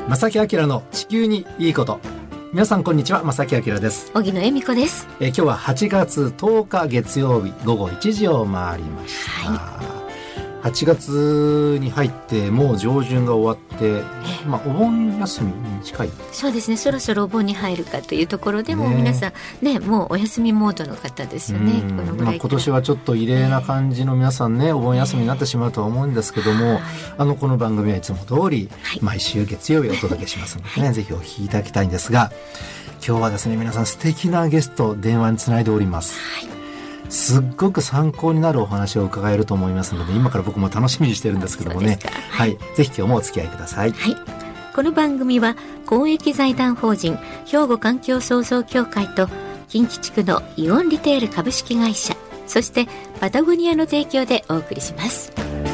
正木明の地球にいいこと。皆さんこんにちは、正木明です。 荻野恵美子です。 今日は8月10日月曜日午後1時を回りました、8月に入ってもう上旬が終わって、お盆休みに近い。 そうですね、そろそろお盆に入るかというところでも、皆さんね、もうお休みモードの方ですよね。このぐらい今年はちょっと異例な感じの皆さんね、お盆休みになってしまうとは思うんですけども、この番組はいつも通り、毎週月曜日お届けしますのでね、ぜひお聞きいただきたいんですが、今日はですね、皆さん素敵なゲスト電話につないでおります。すっごく参考になるお話を伺えると思いますので、今から僕も楽しみにしてるんですけどもね、ぜひ今日もお付き合いください。 この番組は公益財団法人兵庫環境創造協会と近畿地区のイオンリテール株式会社、そしてパタゴニアの提供でお送りします。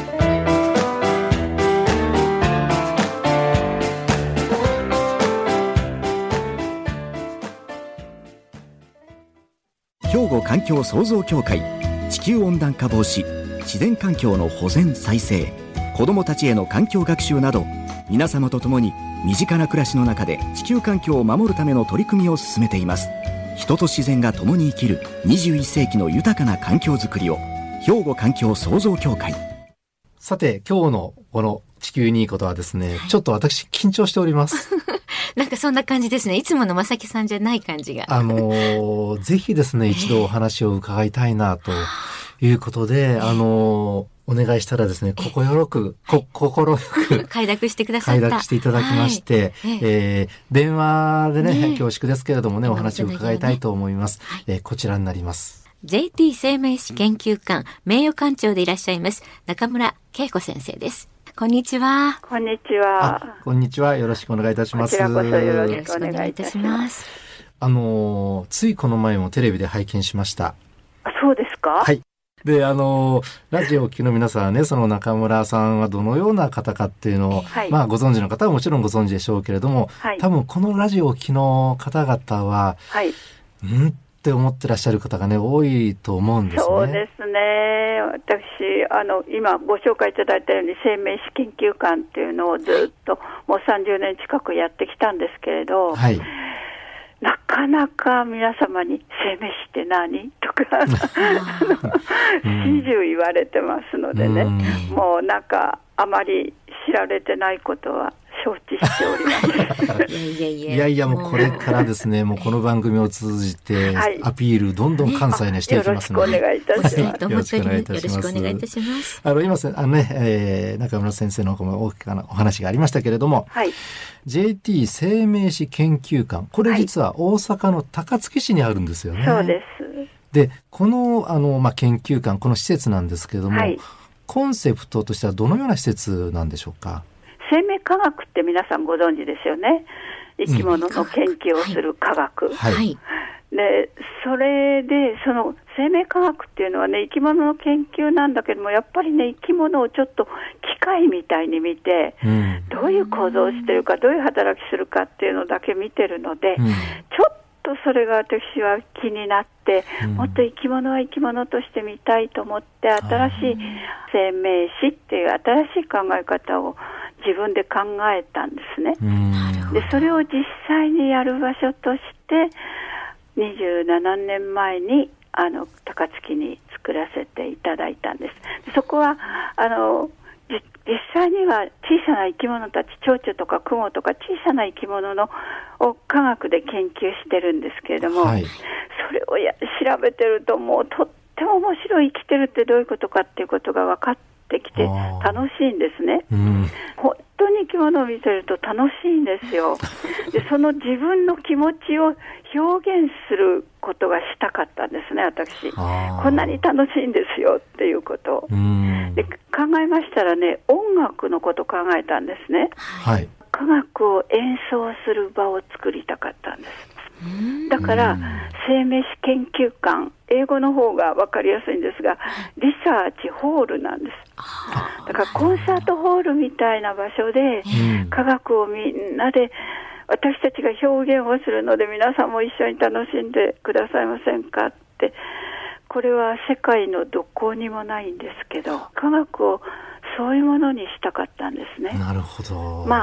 兵庫環境創造協会、地球温暖化防止、自然環境の保全再生、子どもたちへの環境学習など、皆様と共に身近な暮らしの中で地球環境を守るための取り組みを進めています。人と自然が共に生きる21世紀の豊かな環境づくりを、兵庫環境創造協会。 さて、今日のこの地球にいいことはですね、ちょっと私緊張しておりますなんかそんな感じですね。いつもの正木さんじゃない感じが。 ぜひですね、一度お話を伺いたいなということで、お願いしたらですね、心よく快諾してくださった。 快諾していただきまして、電話でね、恐縮ですけれどもね、お話を伺いたいと思います。こちらになります。 JT 生命史研究館名誉館長でいらっしゃいます中村恵子先生です。こんにちは。 こんにちは。 こんにちは。よろしくお願いいたします。 こちらこそよろしくお願いいたします。 ついこの前もテレビで拝見しました。 そうですか？ はい。で、ラジオを聴きの皆さんはね、その中村さんはどのような方かっていうのを、ご存知の方はもちろんご存知でしょうけれども、多分このラジオをお聴きの方々は、って思ってらっしゃる方がね、多いと思うんですね。 そうですね。私、今ご紹介いただいたように生命史研究館っていうのをずっともう30年近くやってきたんですけれど、なかなか皆様に生命史って何とか始終言われてますのでね、もうなんかあまり知られてないことは承知しておりますいやもうこれからですね、もうこの番組を通じてアピールどんどん関西にしていきますので、 よろしくお願いいたします。 よろしくお願いいたします。 よろしくお願いいたします。 今中村先生の大きなお話がありましたけれども、JT 生命史研究館、これ実は大阪の高槻市にあるんですよね。 そうです。 で、この研究館、この施設なんですけれども、コンセプトとしてはどのような施設なんでしょうか？ 生命科学って皆さんご存知ですよね。生き物の研究をする科学。で、それでその生命科学っていうのはね、生き物の研究なんだけども、やっぱりね、生き物をちょっと機械みたいに見て、どういう構造をしてるか、どういう働きするかっていうのだけ見てるので、ちょっとそれが私は気になって、もっと生き物は生き物として見たいと思って、新しい生命史っていう新しい考え方を自分で考えたんですね。で、それを実際にやる場所として27年前に高槻に作らせていただいたんです。そこは実際には小さな生き物たち、蝶々とかクモとか小さな生き物を科学で研究してるんですけれども、それを調べてるともうとっても面白い、生きてるってどういうことかっていうことが分かってきて楽しいんですね。本当に生き物を見てると楽しいんですよ。で、その自分の気持ちを表現することがしたかったんですね、私。こんなに楽しいんですよっていうことを。で、考えましたらね、音楽のことを考えたんですね。科学を演奏する場を作りたかったんです。だから生命史研究館、英語の方が分かりやすいんですが、リサーチホールなんです。だからコンサートホールみたいな場所で科学をみんなで私たちが表現をするので、皆さんも一緒に楽しんでくださいませんかって。これは世界のどこにもないんですけど、科学をそういうものにしたかったんですね。 なるほど。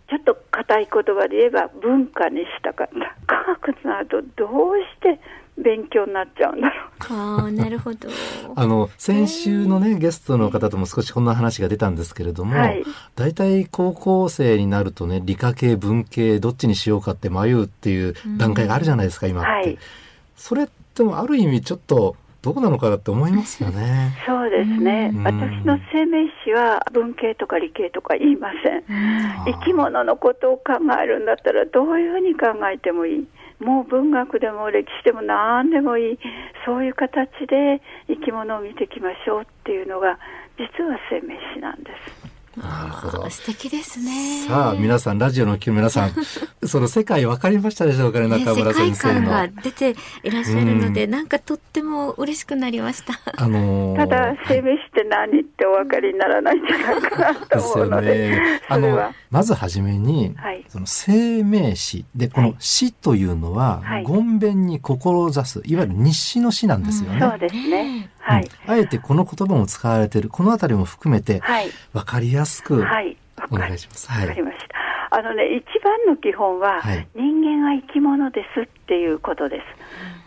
ちょっと硬い言葉で言えば文化にしたかった。科学となるとどうして勉強になっちゃうんだろう。 ああ、なるほど。 先週のね、ゲストの方とも少しこんな話が出たんですけれども、だいたい高校生になるとね、理科系、文系、どっちにしようかって迷うっていう段階があるじゃないですか、今って。はい、それってもある意味ちょっと、どうなのかなって思いますよね。 そうですね。私の生命史は文系とか理系とか言いません。生き物のことを考えるんだったらどういうふうに考えてもいい。もう文学でも歴史でも何でもいい。そういう形で生き物を見ていきましょうっていうのが実は生命史なんです。 なるほど。 素敵ですね。 さあ皆さん、ラジオの聴きの皆さんその世界分かりましたでしょうかね、中村先生の。 世界観が出ていらっしゃるので、なんかとっても嬉しくなりました。 ただ生命史って何ってお分かりにならないんじゃないかなと思うので、 ですよね。まずはじめに、その生命史で、この史というのは、言弁に志す、いわゆる日誌の詩なんですよね。 そうですね。はい、 あえてこの言葉も使われている、このあたりも含めて分かりやすくお願いします。 わかりました。一番の基本は、人間は生き物ですっていうことです。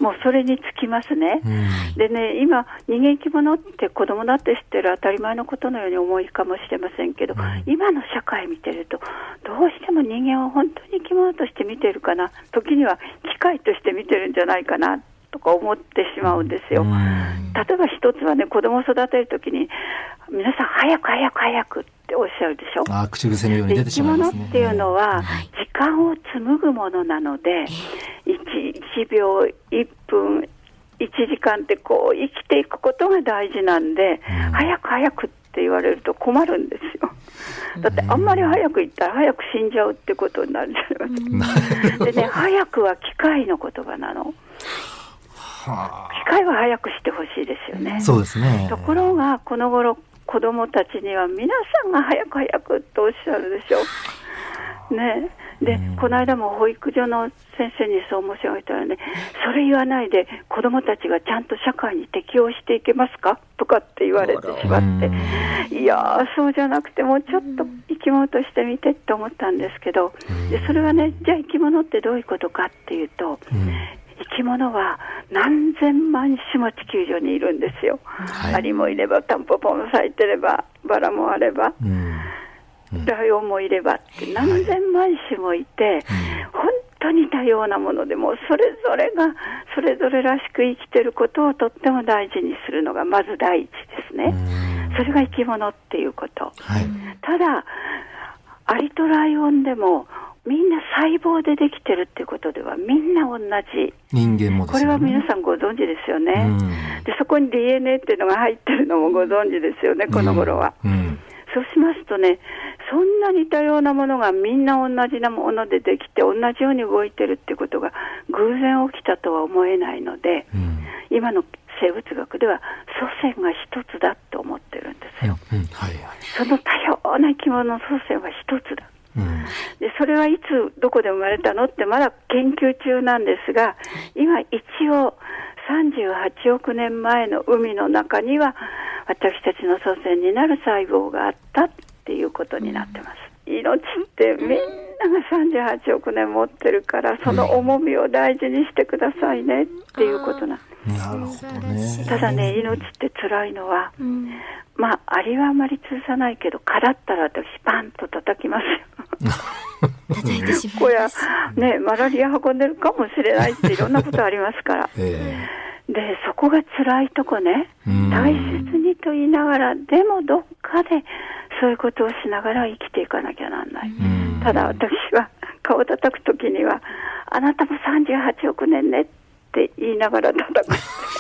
もうそれにつきますね。でね、今人間生き物って子供だって知ってる当たり前のことのように思いかもしれませんけど、今の社会見てるとどうしても人間は本当に生き物として見てるかな、時には機械として見てるんじゃないかなとか思ってしまうんですよ。例えば一つはね、子供を育てるときに皆さん早く早く早くっておっしゃるでしょ。 口癖のように出てしまいますね。 生き物っていうのは時間を紡ぐものなので、1秒1分1時間ってこう生きていくことが大事なんで、早く早くって言われると困るんですよ。だってあんまり早く言ったら早く死んじゃうってことになるじゃないですか。でね、早くは機械の言葉なの。機械は早くしてほしいですよね。 そうですね。 ところがこの頃子どもたちには皆さんが早く早くとおっしゃるでしょ。ね。で、この間も保育所の先生にそう申し上げたらね、それ言わないで子どもたちがちゃんと社会に適応していけますかとかって言われてしまって、いやそうじゃなくてもうちょっと生き物として見てって思ったんですけど、でそれはね、じゃあ生き物ってどういうことかっていうと、生き物は何千万種も地球上にいるんですよ。アリもいれば、タンポポも咲いてれば、バラもあれば、ライオンもいればって何千万種もいて、本当に多様なものでもそれぞれがそれぞれらしく生きてることをとっても大事にするのがまず第一ですね。それが生き物っていうこと。ただアリとライオンでもみんな細胞でできてるっていうことではみんな同じ。 人間もですね。 これは皆さんご存知ですよね。でそこに DNA っていうのが入ってるのもご存知ですよね、この頃は。そうしますとね、そんなに多様なものがみんな同じなものでできて同じように動いてるってことが偶然起きたとは思えないので、今の生物学では祖先が一つだと思ってるんですよ。その多様な生き物の祖先は一つだ。でそれはいつどこで生まれたのってまだ研究中なんですが、今一応38億年前の海の中には私たちの祖先になる細胞があったっていうことになってます。命ってみんなが38億年持ってるから、その重みを大事にしてくださいねっていうことなんです。 なるほどね。 ただね、命って辛いのは、まあアリはあまり通さないけど、蚊だったら私パンと叩きますよ。 叩いてしまいます。 こやね、マラリア運んでるかもしれないっていろんなことありますから。でそこが辛いとこね、大切にと言いながら、でもどっかでそういうことをしながら生きていかなきゃなんない。ただ私は顔を叩くときには、あなたも38億年ねって言いながら叩く。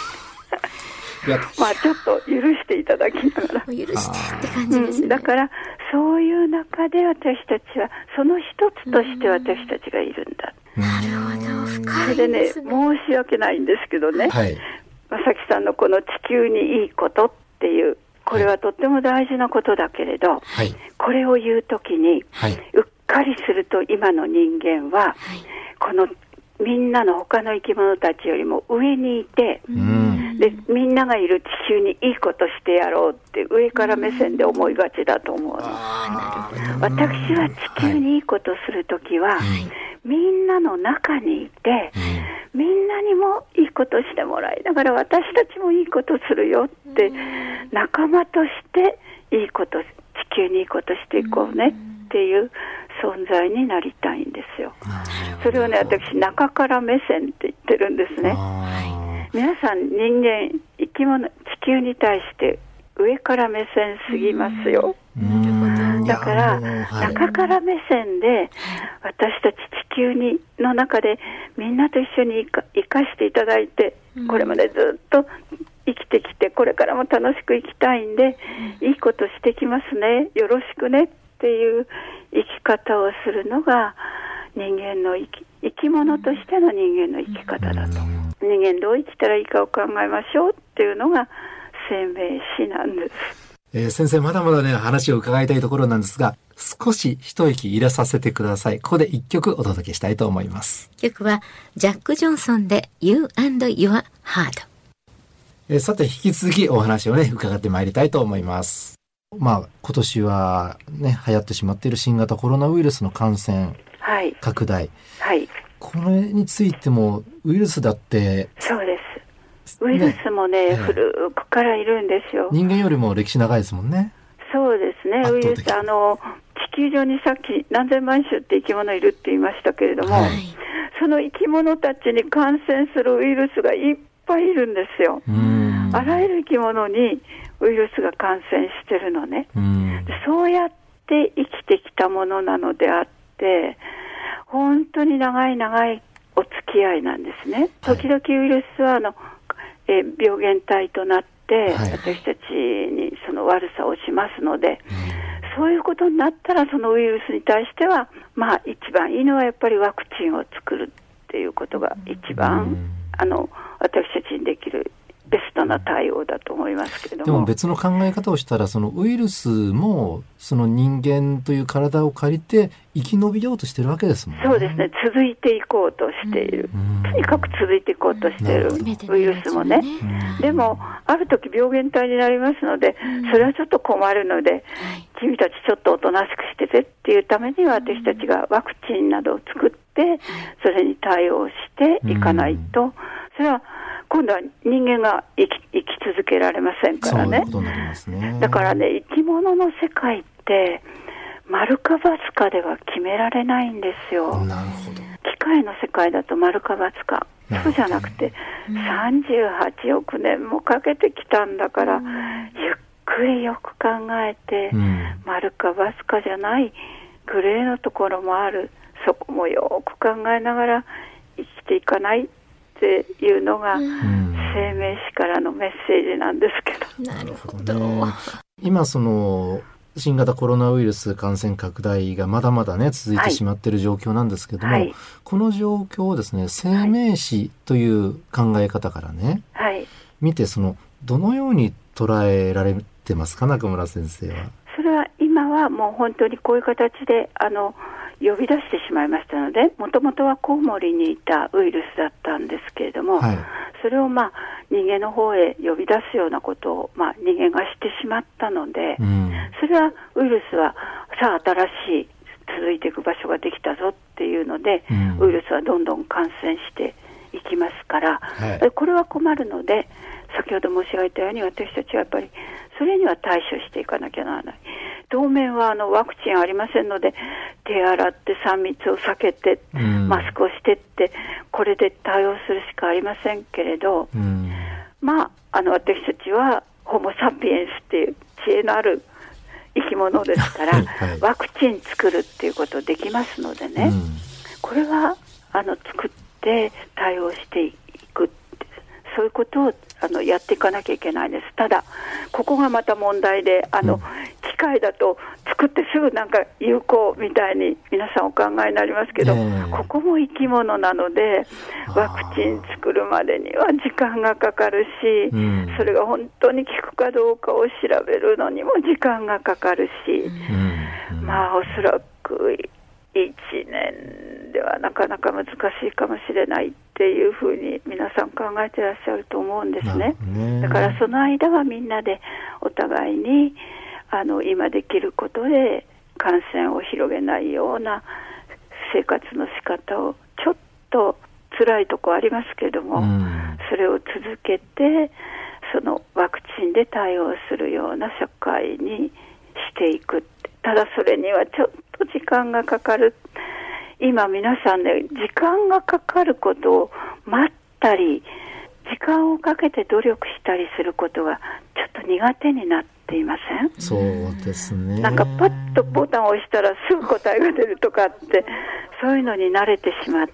まあちょっと許していただきながら、 許してって感じですね。 だからそういう中で私たちはその一つとして私たちがいるんだ。 なるほど、深いでですね。 申し訳ないんですけどね、正木さんのこの地球にいいことっていう、これはとっても大事なことだけれど、これを言うときに、うっかりすると今の人間は、このみんなの他の生き物たちよりも上にいて、でみんながいる地球にいいことしてやろうって上から目線で思いがちだと思う。 私は地球にいいことをするときは、みんなの中にいて、みんなにもいいことをしてもらいながら私たちもいいことするよって、仲間としていいこと地球にいいことしていこうねっていう存在になりたいんですよ。それをね、私中から目線って言ってるんですね。皆さん人間生き物地球に対して上から目線すぎますよ。だから中から目線で私たち地球の中でみんなと一緒に生かしていただいて、これまでずっと生きてきてこれからも楽しく生きたいんで、いいことしてきますね、よろしくねっていう生き方をするのが人間の生き物としての人間の生き方だと。人間どう生きたらいいかを考えましょうっていうのが生命史なんです。 先生、まだまだね話を伺いたいところなんですが、少し一息入れさせてください。ここで一曲お届けしたいと思います。 曲はジャック・ジョンソンで You and Your Heart。 さて引き続きお話をね伺ってまいりたいと思います。今年はね流行ってしまっている新型コロナウイルスの感染拡大、これについてもウイルスだって。そうです、 ウイルスもね、古くからいるんですよ。 人間よりも歴史長いですもんね。 そうですね、ウイルス地球上にさっき何千万種って生き物いるって言いましたけれども、その生き物たちに感染するウイルスがいっぱいいるんですよ。あらゆる生き物にウイルスが感染してるのね。そうやって生きてきたものなのであって、本当に長いお付き合いなんですね。時々ウイルスは病原体となって、私たちにその悪さをしますので、そういうことになったらそのウイルスに対しては一番いいのはやっぱりワクチンを作るっていうことが一番私たちにできるベストな対応だと思いますけれども。 でも別の考え方をしたら、そのウイルスもその人間という体を借りて生き延びようとしてるわけですもんね。 そうですね、続いていこうとしている、とにかく続いていこうとしているウイルスもね。でもある時病原体になりますので、それはちょっと困るので、君たちちょっとおとなしくしててっていうためには、私たちがワクチンなどを作ってそれに対応していかないと、それは今度は人間が生き続けられませんからね。 そういうことになりますね。 だからね、生き物の世界って丸か×かでは決められないんですよ。 なるほど。 機械の世界だと丸か×か、そうじゃなくて、38億年もかけてきたんだから、ゆっくりよく考えて、丸か×かじゃないグレーのところもある。そこもよく考えながら生きていかないっていうのが生命史からのメッセージなんですけど。 なるほど。 今その新型コロナウイルス感染拡大がまだまだね続いてしまっている状況なんですけども、この状況をですね、生命史という考え方からね、見てどのように捉えられてますか、中村先生は。 それは今はもう本当にこういう形で呼び出してしまいましたので、もともとはコウモリにいたウイルスだったんですけれども、それを人間の方へ呼び出すようなことを、人間がしてしまったので、それはウイルスはさあ新しい続いていく場所ができたぞっていうので、ウイルスはどんどん感染していきますから、これは困るので、先ほど申し上げたように私たちはやっぱりそれには対処していかなきゃならない。当面はワクチンありませんので、手洗って3密を避けて、マスクをしてって、これで対応するしかありませんけれど、私たちはホモ・サピエンスっていう知恵のある生き物ですから、ワクチン作るっていうことできますのでね、これは作って対応していくって、そういうことをやっていかなきゃいけないです。ただここがまた問題で、機械だと作ってすぐ有効みたいに皆さんお考えになりますけど、ここも生き物なので、ワクチン作るまでには時間がかかるし、それが本当に効くかどうかを調べるのにも時間がかかるし、おそらく1年ではなかなか難しいかもしれないっていうふうに皆さん考えてらっしゃると思うんですね。だからその間はみんなでお互いに今できることで感染を広げないような生活の仕方を、ちょっと辛いとこありますけども、それを続けてそのワクチンで対応するような社会にしていく。ただそれにはちょっと時間がかかる。今皆さんね、時間がかかることを待ったり、時間をかけて努力したりすることがちょっと苦手になっていません？ そうですね。 なんかパッとボタンを押したらすぐ答えが出るとかって、そういうのに慣れてしまって、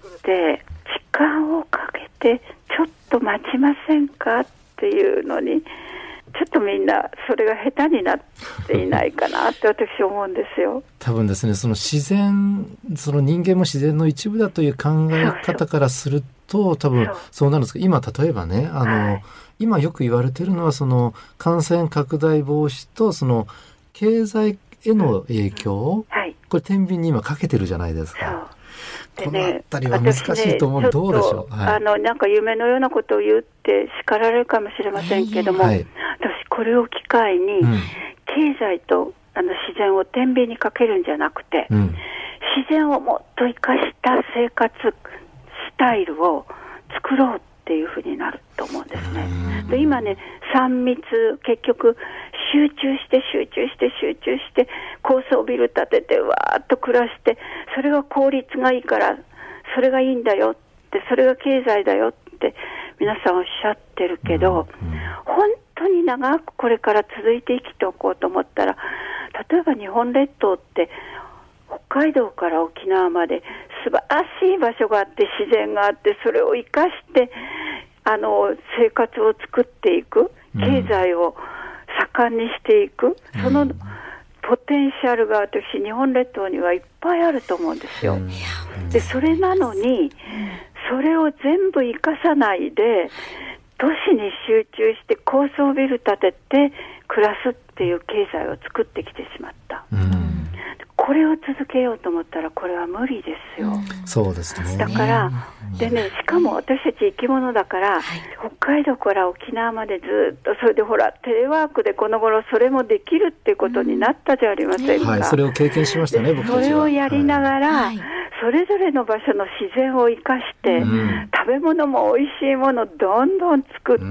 時間をかけてちょっと待ちませんかっていうのに、ちょっとみんなそれが下手になっていないかなって私思うんですよ。 多分ですね、その自然、その人間も自然の一部だという考え方からすると、多分そうなるんですけど、今例えばね、今よく言われているのは、その感染拡大防止とその経済への影響、これ天秤に今かけてるじゃないですか。このあたりは難しいと思う。どうでしょう。 なんか夢のようなことを言って叱られるかもしれませんけども、私これを機会に、経済と自然を天秤にかけるんじゃなくて、自然をもっと生かした生活スタイルを作ろうっていうふうになると思うんですね。で今ね、3密、結局集中して高層ビル建ててわーっと暮らして、それが効率がいいからそれがいいんだよって、それが経済だよって皆さんおっしゃってるけど、本当に長くこれから続いて生きておこうと思ったら、例えば日本列島って北海道から沖縄まで素晴らしい場所があって、自然があって、それを生かして生活を作っていく、経済を盛んにしていく、そのポテンシャルが私日本列島にはいっぱいあると思うんですよ。でそれなのにそれを全部生かさないで都市に集中して高層ビル建てて暮らすっていう経済を作ってきてしまった。これを続けようと思ったらこれは無理ですよ。 そうですね。 だからでね、しかも私たち生き物だから、北海道から沖縄までずっと、それでほらテレワークでこの頃それもできるっていうことになったじゃありませんか。 それを経験しましたね、僕たちは。 それをやりながら、それぞれの場所の自然を生かして、食べ物も美味しいものどんどん作って、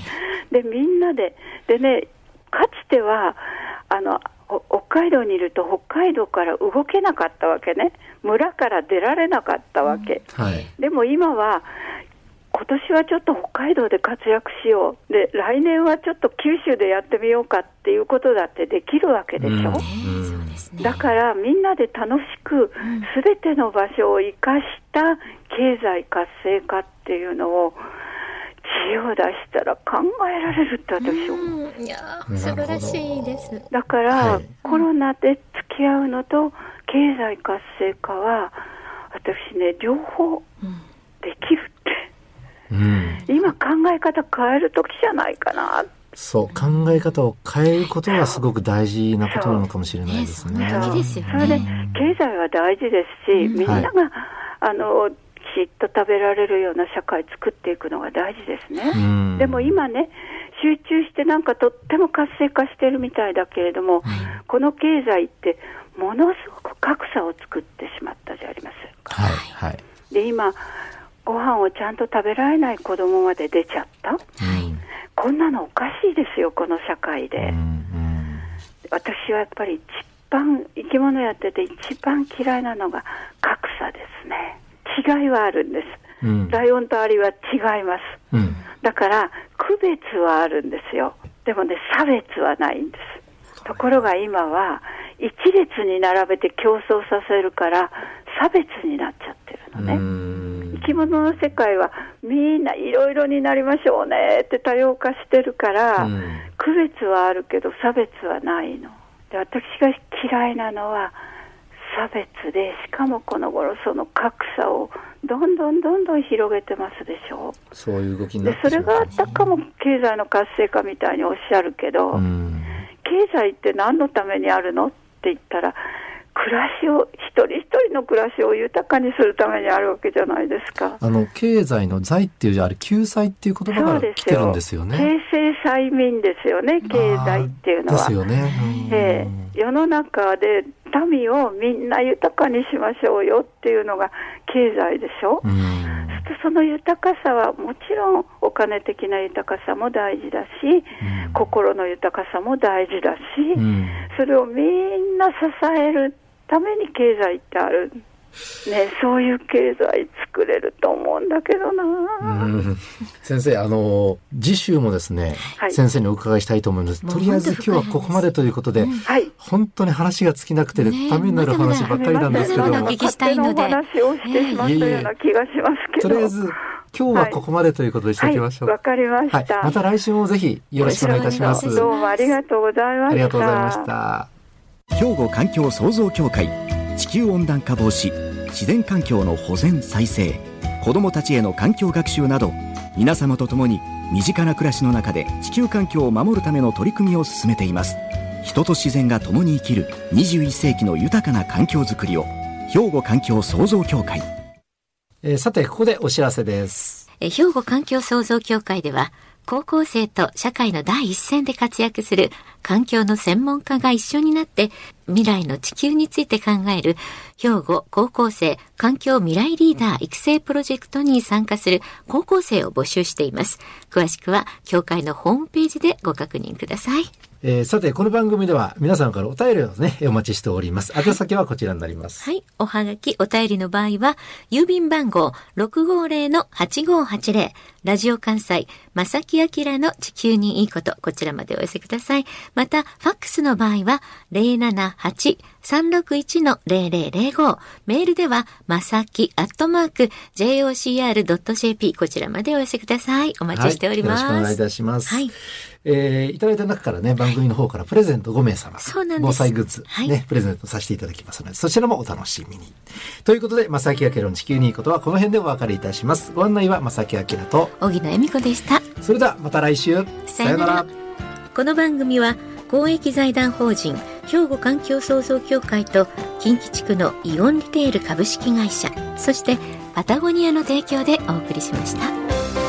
でみんなでね、かつては北海道にいると北海道から動けなかったわけね。村から出られなかったわけ、でも今は今年はちょっと北海道で活躍しよう、で来年はちょっと九州でやってみようかっていうことだってできるわけでしょ、だからみんなで楽しく全ての場所を生かした経済活性化っていうのを知恵を出したら考えられるって私思う。 いや素晴らしいです。 だから、コロナで付き合うのと経済活性化は私ね、両方できるって、今考え方変える時じゃないかな。 そう、考え方を変えることがすごく大事なことなのかもしれないですね。 その時ですよね。 それで経済は大事ですし、みんなが、きちっと食べられるような社会作っていくのが大事ですね。でも今ね、集中してなんかとっても活性化してるみたいだけれども、この経済ってものすごく格差を作ってしまったじゃありませんか。で今ご飯をちゃんと食べられない子供まで出ちゃった、こんなのおかしいですよ、この社会で。私はやっぱり一番生き物やってて一番嫌いなのが格差ですね。違いはあるんです、ライオンとアリは違います、だから区別はあるんですよ。でもね、差別はないんです。ところが今は一列に並べて競争させるから差別になっちゃってるのね。生き物の世界はみんないろいろになりましょうねって多様化してるから、区別はあるけど差別はないので、私が嫌いなのは差別で、しかもこの頃その格差をどんどん広げてますでしょう。 そういう動きになってでそれがあったかも経済の活性化みたいにおっしゃるけど、経済って何のためにあるのって言ったら、暮らしを一人一人の暮らしを豊かにするためにあるわけじゃないですか。 経済の財っていうじゃあれ救済っていう言葉から来てるんですよね。 経済催眠ですよね、経済っていうのは。 ですよね。 世の中で民をみんな豊かにしましょうよっていうのが経済でしょ。その豊かさはもちろんお金的な豊かさも大事だし、心の豊かさも大事だし、それをみんな支えるために経済ってある。ね、そういう経済作れると思うんだけどな。 先生、次週もですね、先生にお伺いしたいと思うんです。とりあえず今日はここまでということで、本当に話が尽きなくて、ためになる話ばっかりなんですけど、 まだまだお聞きしたいので、 お話をしてしまったような気がしますけど、 とりあえず今日はここまでということでしておきましょう。 わかりました。 また来週もぜひよろしくお願いいたします。 どうもありがとうございました。 ありがとうございました。 兵庫環境創造協会、地球温暖化防止、自然環境の保全再生、子どもたちへの環境学習など、皆様と共に身近な暮らしの中で地球環境を守るための取り組みを進めています。人と自然が共に生きる21世紀の豊かな環境づくりを、兵庫環境創造協会。 さて、ここでお知らせです。 兵庫環境創造協会では、高校生と社会の第一線で活躍する環境の専門家が一緒になって未来の地球について考える兵庫高校生環境未来リーダー育成プロジェクトに参加する高校生を募集しています。詳しくは協会のホームページでご確認ください。 さて、この番組では皆さんからお便りをね、お待ちしております。宛先はこちらになります。 はい。おはがき、お便りの場合は、郵便番号 650-8580、ラジオ関西、正木明の地球にいいこと、こちらまでお寄せください。また、ファックスの場合は、078-361-0005。メールでは、まさき@jocr.jp、こちらまでお寄せください。お待ちしております。 よろしくお願いいたします。 はい。 いただいた中からね、番組の方からプレゼント5名様。 そうなんです。 防災グッズ、ね、プレゼントさせていただきますので、そちらもお楽しみに。ということで、正木明の地球にいいことはこの辺でお別れいたします。ご案内は正木明と荻野恵美子でした。 それではまた来週。 さよなら。この番組は公益財団法人兵庫環境創造協会と近畿地区のイオンリテール株式会社、そしてパタゴニアの提供でお送りしました。